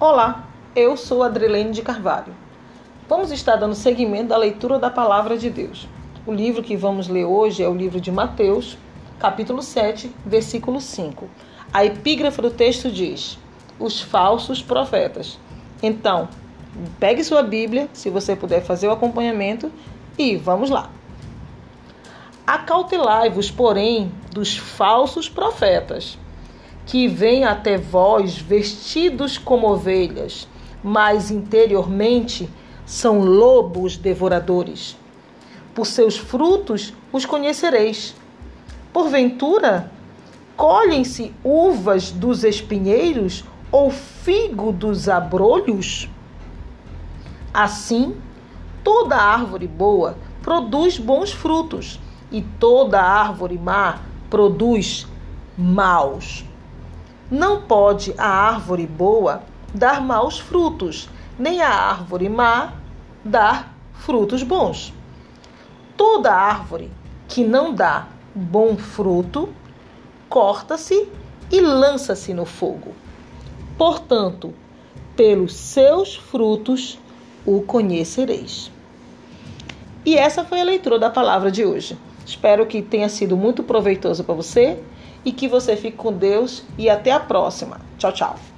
Olá, eu sou Adrilene de Carvalho. Vamos estar dando seguimento da leitura da Palavra de Deus. O livro que vamos ler hoje é o livro de Mateus, capítulo 7, versículo 5. A epígrafe do texto diz: os falsos profetas. Então, pegue sua Bíblia, se você puder fazer o acompanhamento, e vamos lá. Acautelai-vos, porém, dos falsos profetas, que vêm até vós vestidos como ovelhas, mas interiormente são lobos devoradores. Por seus frutos os conhecereis. Porventura, colhem-se uvas dos espinheiros ou figo dos abrolhos? Assim, toda árvore boa produz bons frutos, e toda árvore má produz maus. Não pode a árvore boa dar maus frutos, nem a árvore má dar frutos bons. Toda árvore que não dá bom fruto, corta-se e lança-se no fogo. Portanto, pelos seus frutos o conhecereis. E essa foi a leitura da palavra de hoje. Espero que tenha sido muito proveitoso para você e que você fique com Deus e até a próxima. Tchau, tchau.